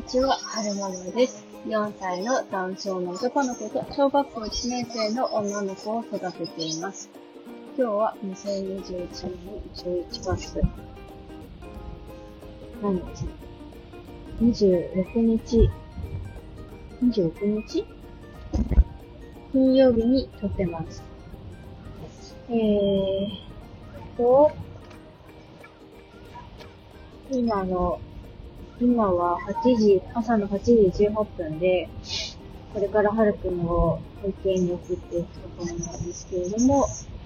にちは、はるまるです。4歳の男性の男の子と小学校1年生の女の子を育てています。今日は2021年11月何日 ?26 日金曜日に撮ってます。今は朝の8時18分で、これからはるくんを保育園に送っていくところなんですけれども、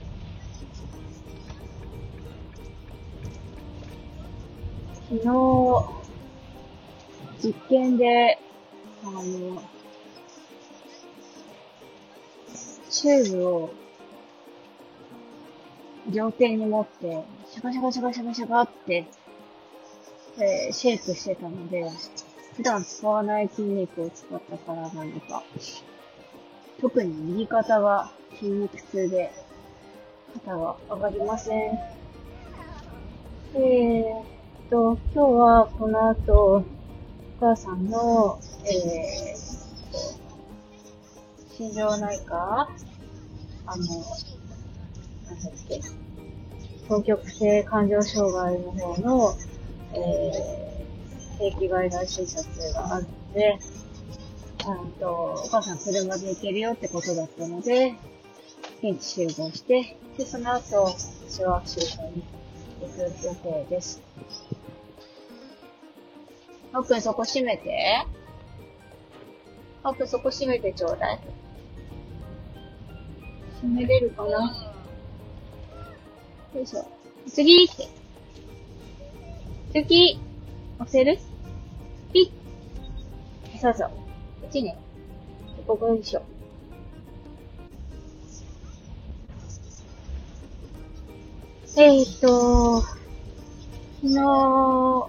昨日、実験で、チューブを両手に持って、シャカシャカシャカシャカシャカって、シェイクしてたので、普段使わない筋肉を使ったからなのか、特に右肩が筋肉痛で、肩が上がりません。今日はこの後、お母さんの、心臓内科双極性感情障害の方の、定期外来診察があるので、お母さん車で行けるよってことだったので、現地集合して、で、その後、私は就所に行く予定です。ほっくんそこ閉めて。ほっくんそこ閉めてちょうだい。閉めれるかな？よいしょ。次って。次押せる？ピッ。そうそう。こっちね。ここよいしょ。昨日、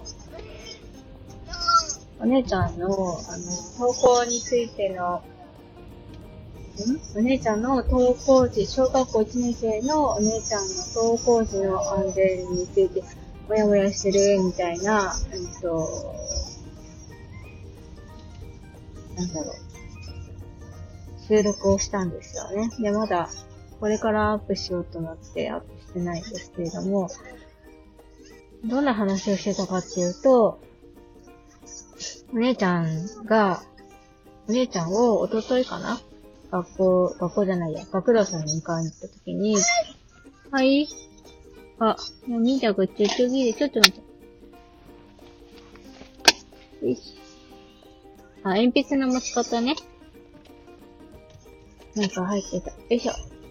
お姉ちゃんの、登校についての、お姉ちゃんの登校時、小学校1年生のお姉ちゃんの登校時の安全について、もやもやしてるみたいな、収録をしたんですよね。で、まだ、これからアップしようと思ってアップしてないんですけれども、どんな話をしてたかっていうと、お姉ちゃんを一昨日かな？学校じゃないや、学童さんに迎えに行った時に、はい？兄ちゃんこっち、ちょっと待って。よし。鉛筆の持ち方ね。なんか入ってた。よいしょ。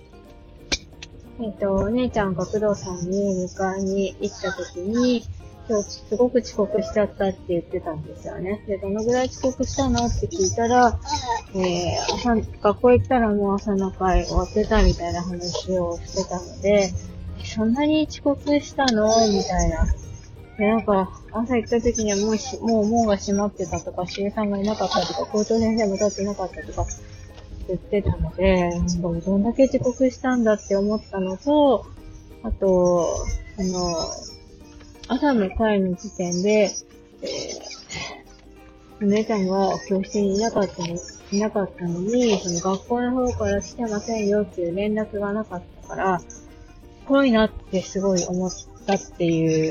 お姉ちゃん学童さんに迎えに行った時に、今日すごく遅刻しちゃったって言ってたんですよね。で、どのぐらい遅刻したのって聞いたら、学校行ったらもう朝の会終わってたみたいな話をしてたので、そんなに遅刻したのみたいな。で、なんか、朝行った時にはもう門が閉まってたとか、CA さんがいなかったとか、校長先生も立ってなかったとか、言ってたので、どんだけ遅刻したんだって思ったのと、あと、朝の会の時点で、お姉ちゃんが教室にいなかったのに、その学校の方から来てませんよっていう連絡がなかったから、怖いなってすごい思ったっていう、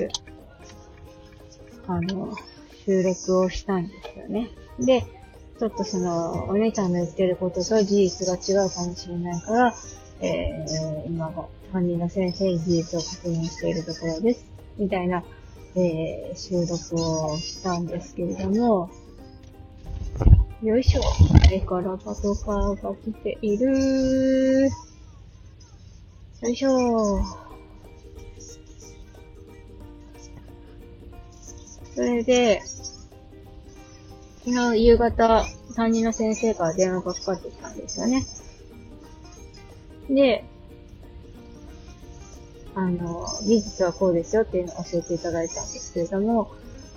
収録をしたんですよね。で、ちょっとお姉ちゃんの言ってることと事実が違うかもしれないから、今が担任の先生に事実を確認しているところです。みたいな、収録をしたんですけれども、よいしょ。絵からパトカーが来ている。よいしょ。それで、昨日夕方、担任の先生から電話がかかってきたんですよね。で、事実はこうですよっていうのを教えていただいたんですけれども、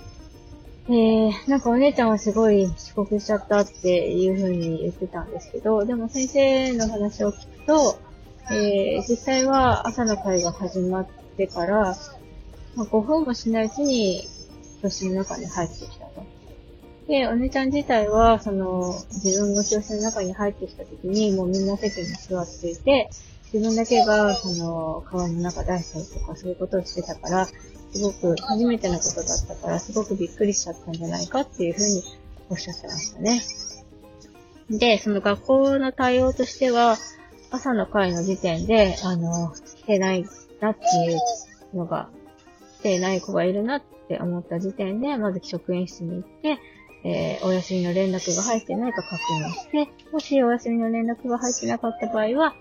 なんかお姉ちゃんはすごい遅刻しちゃったっていう風に言ってたんですけど、でも先生の話を聞くと、実際は朝の会が始まってから、5分もしないうちに教室の中に入ってきたと。 で、お姉ちゃん自体は、自分の教室の中に入ってきた時に、もうみんな席に座っていて、自分だけが、川の中出したりとか、そういうことをしてたから、すごく初めてのことだったから、すごくびっくりしちゃったんじゃないかっていうふうにおっしゃってましたね。で、その学校の対応としては、朝の会の時点で、来てないなっていうのが、来てない子がいるなって思った時点で、まず職員室に行って、お休みの連絡が入ってないか確認して、もしお休みの連絡が入ってなかった場合は、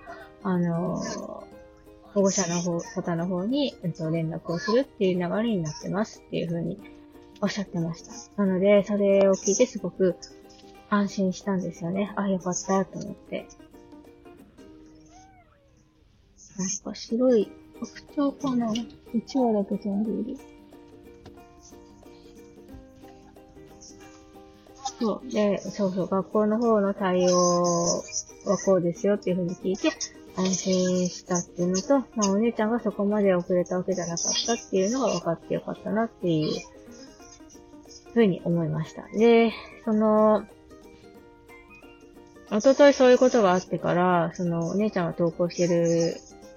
保護者の方の方に、連絡をするっていう流れになってますっていうふうにおっしゃってました。なので、それを聞いてすごく安心したんですよね。あ、よかったと思って。なんか白い白鳥かな ?1 羽だけ飛んでいる。そう。で、学校の方の対応はこうですよっていうふうに聞いて、安心したっていうのと、お姉ちゃんがそこまで遅れたわけじゃなかったっていうのが分かってよかったなっていうふうに思いました。で、一昨日そういうことがあってから、お姉ちゃんが登校してる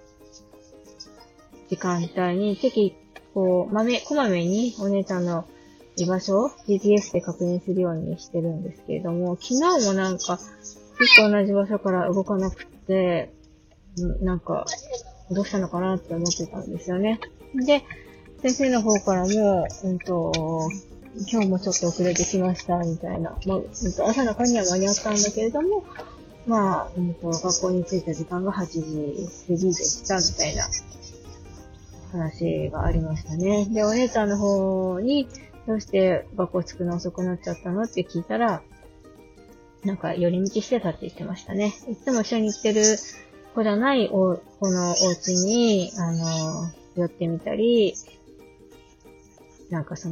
時間帯に、こまめにお姉ちゃんの居場所を GPS で確認するようにしてるんですけれども、昨日もなんか、ずっと同じ場所から動かなくて、なんか、どうしたのかなって思ってたんですよね。で、先生の方からも、今日もちょっと遅れてきました、みたいな。朝の会には間に合ったんだけれども、学校に着いた時間が8時過ぎでした、みたいな話がありましたね。で、お姉ちゃんの方に、どうして学校着くの遅くなっちゃったのって聞いたら、なんか寄り道してたって言ってましたね。いつも一緒に行ってる子じゃない子のお家に、寄ってみたり、なんか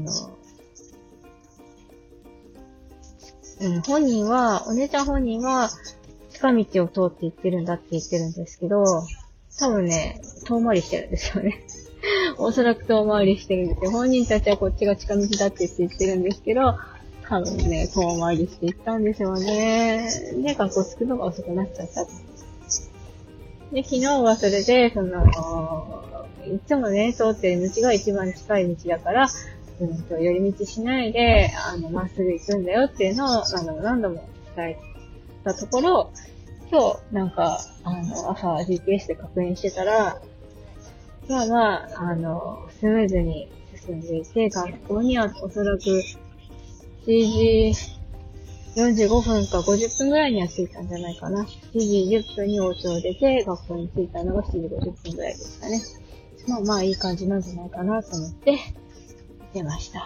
お姉ちゃん本人は、近道を通って行ってるんだって言ってるんですけど、多分ね、遠回りしてるんですよね。おそらく遠回りしてるんですよ。本人たちはこっちが近道だって言ってるんですけど、多分ね、遠回りしていったんですよね。で、学校着くのが遅くなっちゃった。で、昨日はそれで、いつもね、通ってる道が一番近い道だから、寄り道しないで、まっすぐ行くんだよっていうのを、何度も伝えたところ、今日、なんか、朝 GPS で確認してたら、スムーズに進んでいて、学校にはおそらく7時45分か50分ぐらいには着いたんじゃないかな。7時10分にお家を出て、学校に着いたのが7時50分ぐらいでしたね。まあいい感じなんじゃないかなと思って、出ました。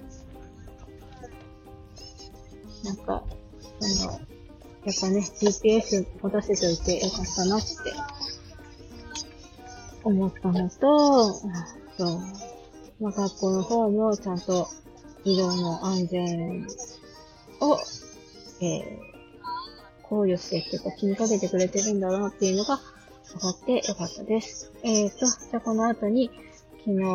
なんか、やっぱね、GPS 持たせておいてよかったなって思ったのと、学校の方もちゃんと移動の安全を、考慮してっていうか気にかけてくれてるんだなっていうのが分かってよかったです。じゃあこの後に昨日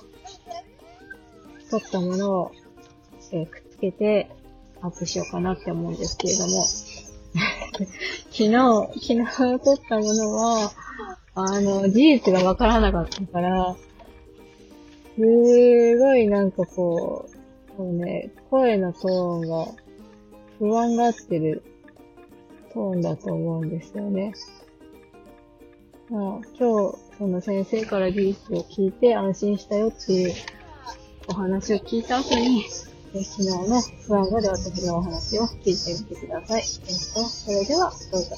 撮ったものを、くっつけてアップしようかなって思うんですけれども、昨日撮ったものは、事実が分からなかったから、すごいなんかこうね、声のトーンが不安がってるトーンだと思うんですよね。今日、先生から事実を聞いて安心したよっていうお話を聞いた後に、昨日の不安が出た時のお話を聞いてみてください。それでは、どうぞ。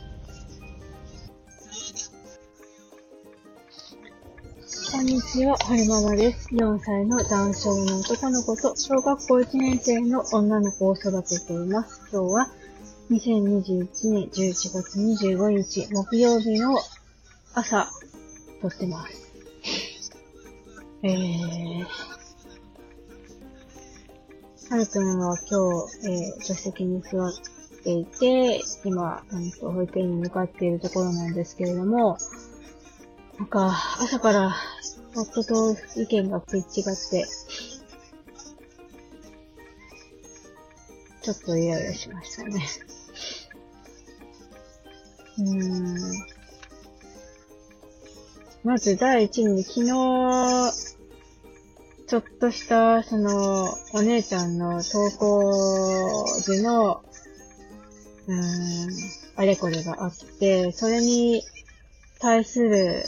こんにちは、はるままです。4歳の男性の男の子と小学校1年生の女の子を育てています。今日は2021年11月25日木曜日の朝、撮ってます。はるくんは今日、助手席に座っていて、今、保育園に向かっているところなんですけれども、なんか、朝から、夫と意見が食い違って、 ちょっとイライラしましたね。まず第一に昨日、ちょっとした、お姉ちゃんの登校時の、あれこれがあって、それに対する、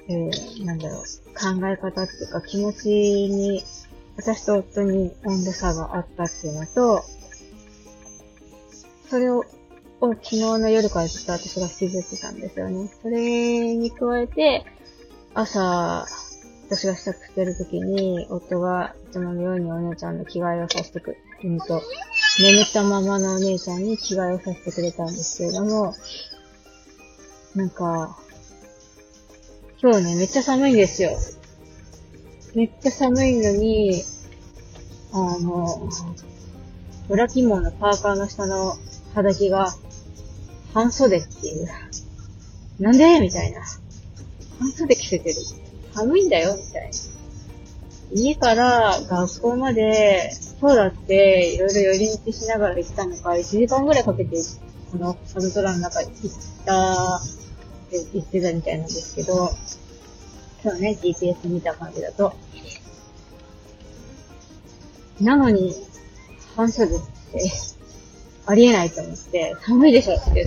考え方っていうか気持ちに、私と夫に温度差があったっていうのと、それを昨日の夜からずっと私が引きずってたんですよね。それに加えて、朝、私が支度してる時に、夫がいつものようにお姉ちゃんの着替えをさせて眠ったままのお姉ちゃんに着替えをさせてくれたんですけれども、なんか、今日ね、めっちゃ寒いんですよ。めっちゃ寒いのに、裏起毛のパーカーの下の肌着が半袖っていう。なんでみたいな。半袖着せてる。寒いんだよみたいな。家から学校まで、今日だっていろいろ寄り道しながら行ったのか、1時間ぐらいかけて、この寒空の中に行ってたみたいなんですけど、今日ね、GPS 見た感じだと。なのに、半袖って、ありえないと思って、寒いでしょって言って、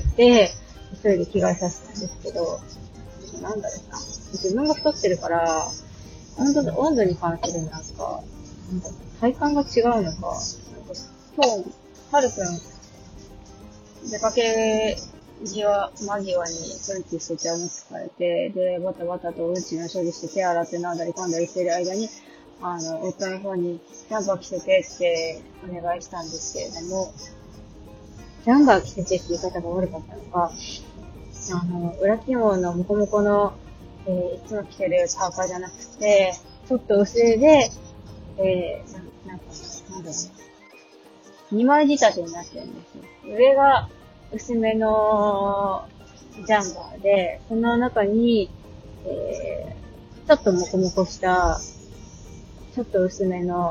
急いで着替えさせたんですけど、なんだろうな。自分が太ってるから、温度に関する体感が違うのか。今日、はるくん、出かけ間際にうんちしてておむつ替えて、で、バタバタとうんちの処理して手洗ってなんだりかんだりしてる間に、夫の方にジャンバー着せてってお願いしたんですけれども、ジャンバー着せてって言い方が悪かったのか、裏起毛のモコモコの、いつも着てるパーカーじゃなくて、ちょっと薄いで、なんだろうな。2枚仕立てになってるんですよ。上が薄めのジャンバーで、その中に、ちょっとモコモコした、ちょっと薄めの、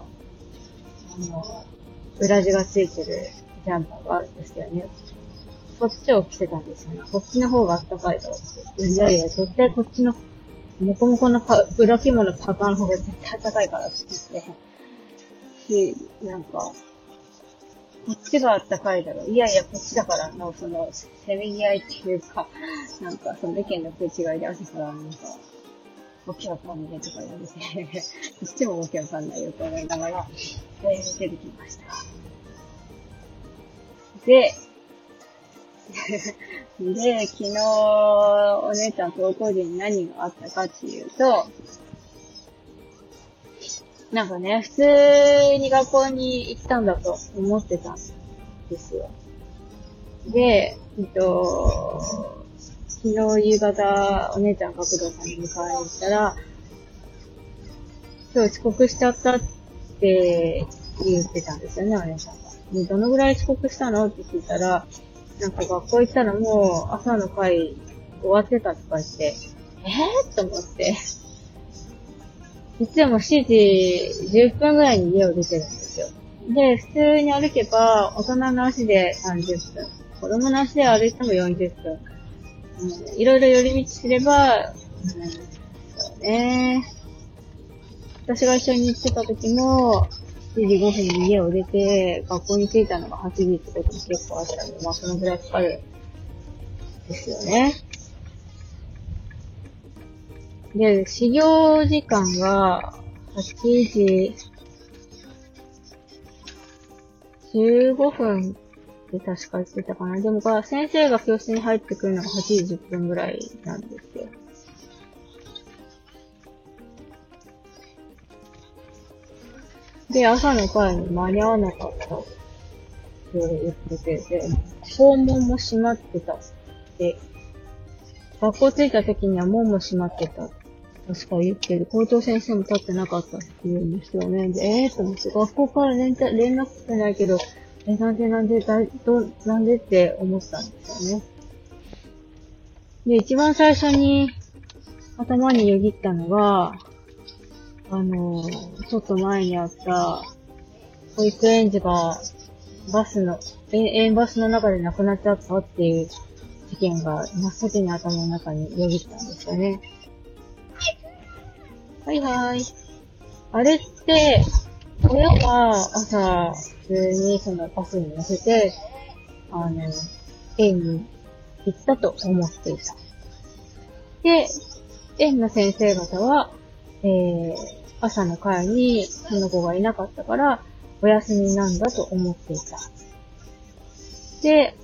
裏地がついてるジャンバーがあるんですよね。そっちを着てたんですよね。こっちの方が暖かいと思って。いやいや、絶対こっちの、モコモコの裏着物のパーカーの方が絶対暖かいからって言って。なんか、こっちが暖かいだろ。いやいや、こっちだからの、せめぎ合いっていうか、なんか、その意見の食い違いで朝からなんか、わけわかんないとか言われて、こっちもわけわかんないよと思いながら、出てきました。で、昨日、お姉ちゃん登校時に何があったかっていうと、なんかね、普通に学校に行ったんだと思ってたんですよ。で、昨日夕方、お姉ちゃんが工藤さんに迎えに行ったら、今日遅刻しちゃったって言ってたんですよね、お姉ちゃんが。で、どのぐらい遅刻したのって聞いたら、なんか学校行ったらもう朝の会終わってたとか言って、と思って。実はもう7時10分ぐらいに家を出てるんですよ。で、普通に歩けば、大人の足で30分。子供の足で歩いても40分。いろいろ寄り道すれば、そうね。私が一緒に行ってた時も、7時5分に家を出て、学校に着いたのが8時ってことも結構あったので、まあそのぐらいかかるんですよね。で、始業時間が8時15分って確か言ってたかな。でも先生が教室に入ってくるのが8時10分ぐらいなんですよ。で、朝の会に間に合わなかったって言ってて、で、校門も閉まってたって、学校着いた時には門も閉まってた。確か言ってる。校長先生も立ってなかったって言うんですよね。で、と思って、学校から連絡来てないけど、なんでって思ったんですよね。で、一番最初に頭によぎったのが、ちょっと前にあった、保育園児が園バスの中で亡くなっちゃったっていう事件が真っ先に頭の中によぎったんですよね。はいはい。あれって、親は朝、普通にそのバスに乗せて、園に行ったと思っていた。で、園の先生方は、朝の会にその子がいなかったから、お休みなんだと思っていた。で、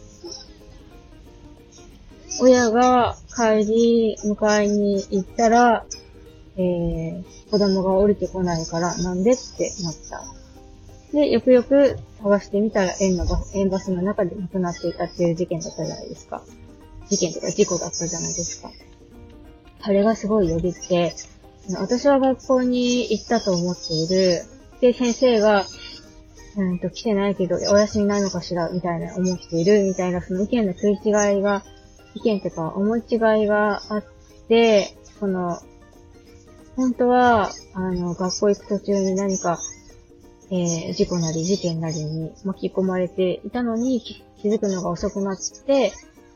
親が迎えに行ったら、子供が降りてこないからなんでってなった。で、よくよく探してみたら園バスの中で亡くなっていたっていう事件だったじゃないですか。事件とか事故だったじゃないですか。あれがすごいよぎって、私は学校に行ったと思っている。で、先生が、来てないけど、お休みないのかしらみたいな思っているみたいな、その意見の食い違いが、意見というか思い違いがあって、本当は、学校行く途中に何か、事故なり事件なりに巻き込まれていたのに気づくのが遅くなって、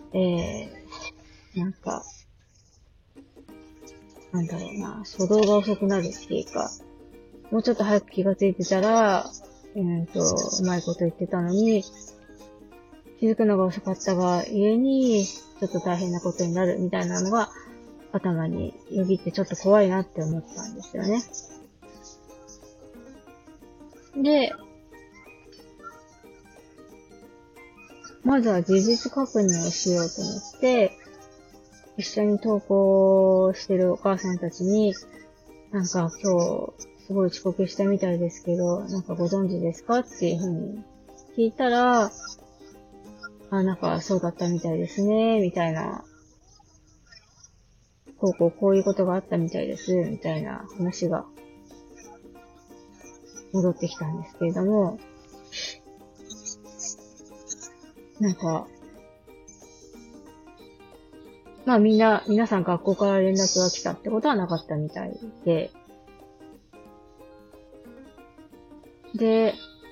初動が遅くなるっていうか、もうちょっと早く気がついてたら、うまいこと言ってたのに、気づくのが遅かったがゆえに、ちょっと大変なことになるみたいなのが、頭によぎってちょっと怖いなって思ったんですよね。で、まずは事実確認をしようと思って、一緒に登校してるお母さんたちに、今日、すごい遅刻したみたいですけど、ご存知ですかっていうふうに聞いたら、そうだったみたいですね、みたいな。こういうことがあったみたいです、みたいな話が戻ってきたんですけれども、皆さん学校から連絡が来たってことはなかったみたいで、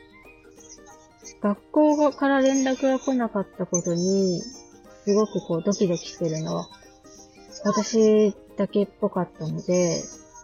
学校から連絡が来なかったことに、すごくドキドキしてるのは、私だけっぽかったので、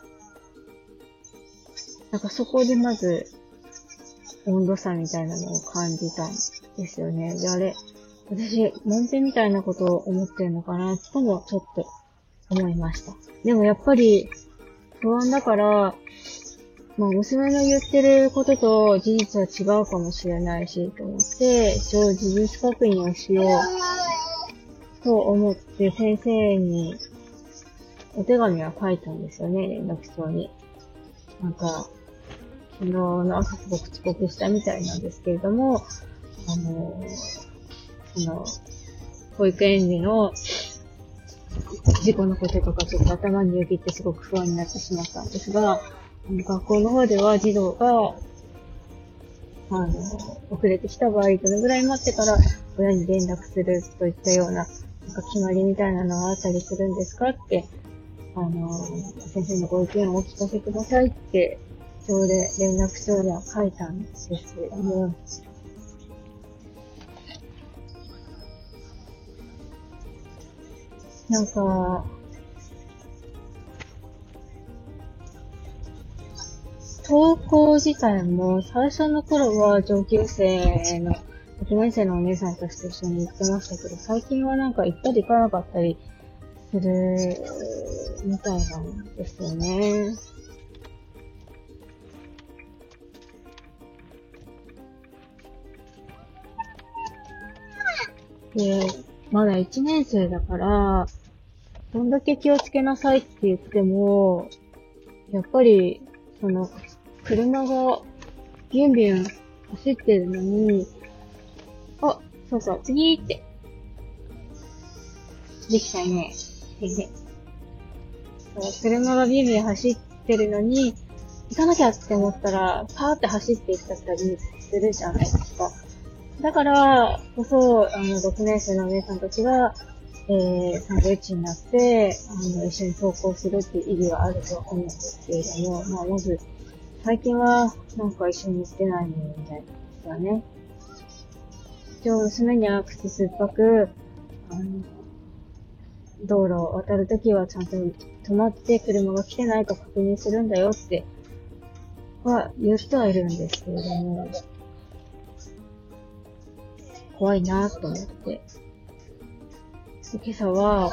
そこでまず、温度差みたいなのを感じたんですよね。で、あれ、私、門限みたいなことを思ってるのかな、ともちょっと思いました。でもやっぱり、不安だから、娘の言ってることと事実は違うかもしれないし、と思って、一応事実確認をしよう、と思って先生にお手紙は書いたんですよね、連絡帳に。昨日の朝すごく遅刻したみたいなんですけれども、保育園児の事故のこととかちょっと頭によぎってすごく不安になってしまったんですが、学校の方では児童が、遅れてきた場合、どのぐらい待ってから親に連絡するといったような、決まりみたいなのがあったりするんですかって、先生のご意見をお聞かせくださいって、連絡帳では書いたんですけれども、登校自体も最初の頃は上級生の6年生のお姉さんたちと一緒に行ってましたけど、最近は行ったり行かなかったりするみたいなんですよね。で、まだ1年生だから、どんだけ気をつけなさいって言っても、やっぱり、車がビュンビュン走ってるのに、そうそう、次って。できたね。車がビュンビュン走ってるのに、行かなきゃって思ったら、パーって走っていっちゃったりするじゃないですか。だからこそ、6年生のお姉さんたちが、サンドイッチになって、一緒に登校するっていう意義はあると思うんですけれども、まず、最近は、一緒に行ってないみたいなんですよね。 一応娘には口酸っぱく、道路を渡るときはちゃんと止まって車が来てないか確認するんだよっては言ってはいるんですけれども、怖いなと思って。今朝は、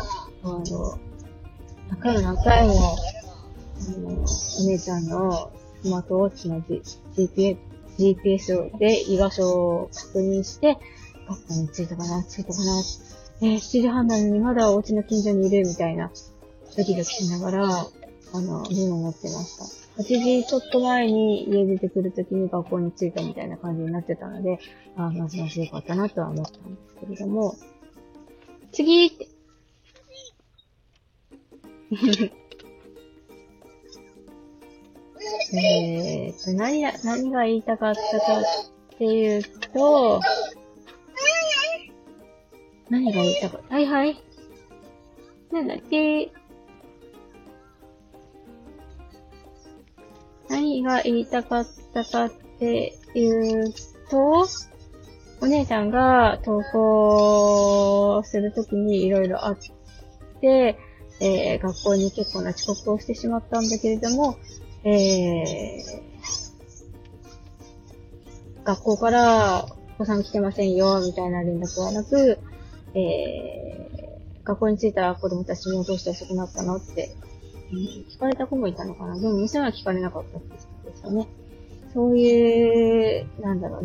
何回も、お姉ちゃんのスマートウォッチの、GPS で居場所を確認して、学校に着いたかな、7時半なのにまだお家の近所にいるみたいな、ドキドキしながら、見守ってました。8時ちょっと前に家出てくるときに学校に着いたみたいな感じになってたので、まずまずよかったなとは思ったんですけれども、次って。何が言いたかったかっていうと、何が言いたかった？はいはい。なんだっけ？何が言いたかったかっていうと、お姉ちゃんが登校するときにいろいろあって、学校に結構な遅刻をしてしまったんだけれども、学校からお子さん来てませんよ、みたいな連絡はなく、学校に着いたら子供たちにどうして遅くなったのって、聞かれた子もいたのかな。でも娘は聞かれなかったってことですよね。そういう、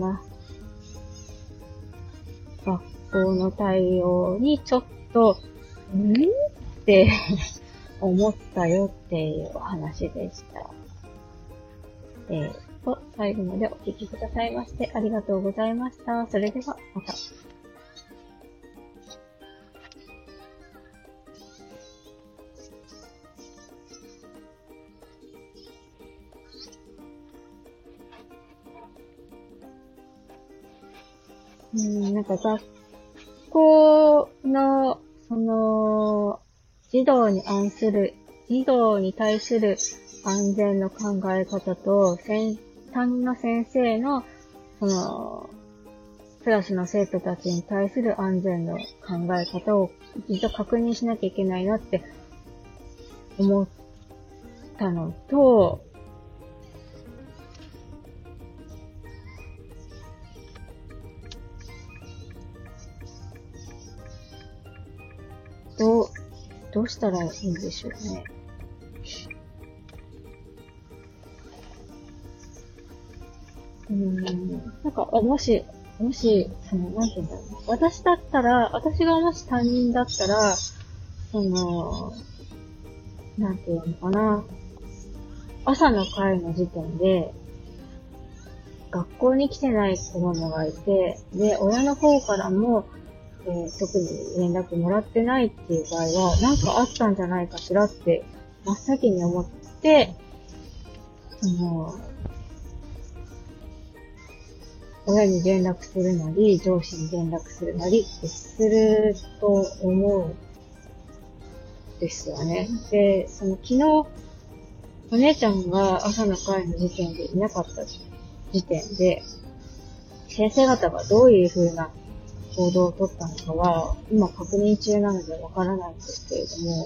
学校の対応にちょっと、って思ったよっていうお話でした。最後までお聞きくださいましてありがとうございました。それではまた。学校の、児童に対する安全の考え方と、担任の先生の、クラスの生徒たちに対する安全の考え方を一度確認しなきゃいけないなって思ったのと、どうしたらいいんでしょうね。もし、なんて言うんだろう。私がもし担任だったら、なんていうのかな。朝の会の時点で、学校に来てない子供がいて、で、親の方からも、特に連絡もらってないっていう場合は、なんかあったんじゃないかしらって、真っ先に思って、親に連絡するなり、上司に連絡するなりってすると思うんですよね。で、昨日、お姉ちゃんが朝の会の時点でいなかった時点で、先生方がどういう風な行動を取ったのかは、今確認中なのでわからないんですけれども、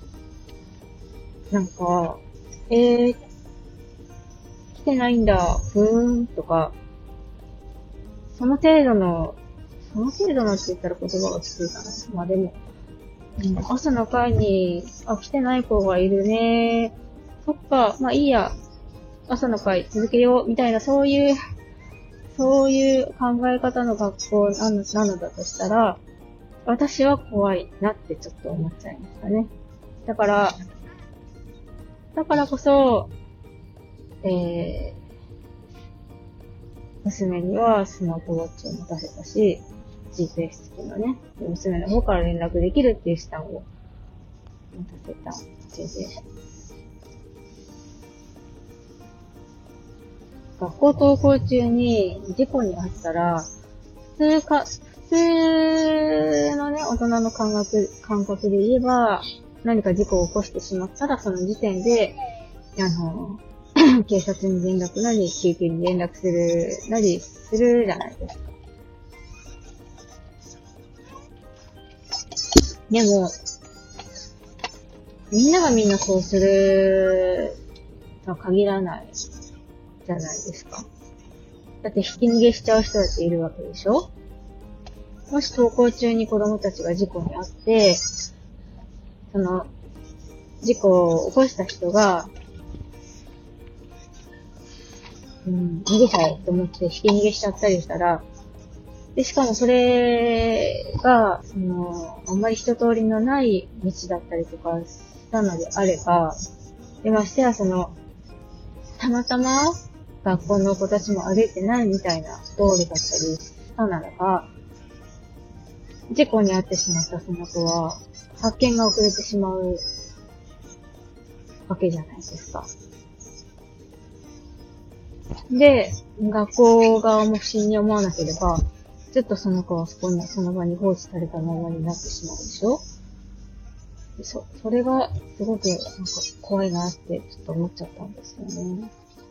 来てないんだ、とか、その程度のって言ったら言葉がきついかな。まあでも、朝の会に、来てない子がいるね。そっか、まあいいや。朝の会続けよう、みたいな、そういう考え方の学校なのだとしたら、私は怖いなってちょっと思っちゃいましたね。だからこそ、娘にはスマートウォッチを持たせたし、GPS 付きのね、娘の方から連絡できるっていう手段を持たせたせいで、学校登校中に事故に遭ったら、普通のね、大人の感覚で言えば、何か事故を起こしてしまったら、その時点で、警察に連絡なり、救急に連絡するなりするじゃないですか。 でも、みんながみんなそうするとは限らないじゃないですか。だってひき逃げしちゃう人だっているわけでしょ。もし登校中に子供たちが事故に遭って、その、事故を起こした人が、逃げちゃえと思ってひき逃げしちゃったりしたら、で、しかもそれが、あんまり人通りのない道だったりとかしたのであれば、で、ましてやたまたま学校の子たちも歩いてないみたいな道路だったりしたならば、事故に遭ってしまったその子は、発見が遅れてしまうわけじゃないですか。で、学校側も不審に思わなければ、ずっとその子はその場に放置されたままになってしまうでしょ。それがすごくなんか怖いなってちょっと思っちゃったんですよね。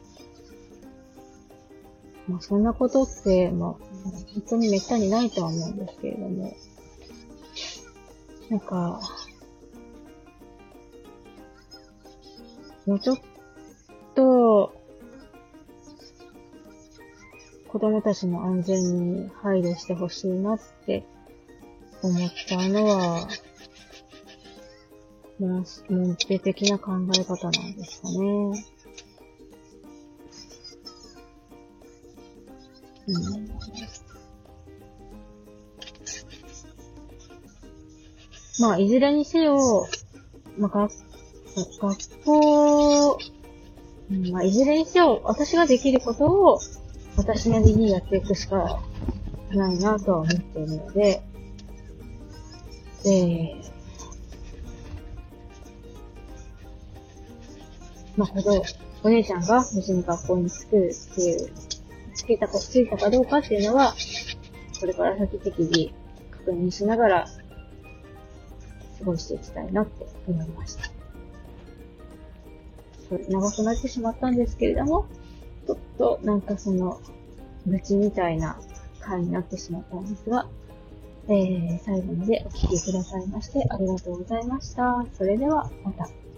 まあそんなことって、本当にめったにないとは思うんですけれども、なんか、もうちょっと、子供たちの安全に配慮してほしいなって思ったのは、門弟的な考え方なんですかね。まあ、いずれにせよ、学校、いずれにせよ、私ができることを、私なりにやっていくしかないなとは思っているので、お姉ちゃんが無事に学校に着くっていう、着いたかどうかっていうのは、これから先適宜確認しながら過ごしていきたいなって思いました。長くなってしまったんですけれども、ちょっと愚痴みたいな回になってしまったんですが、最後までお聞きくださいましてありがとうございました。それではまた。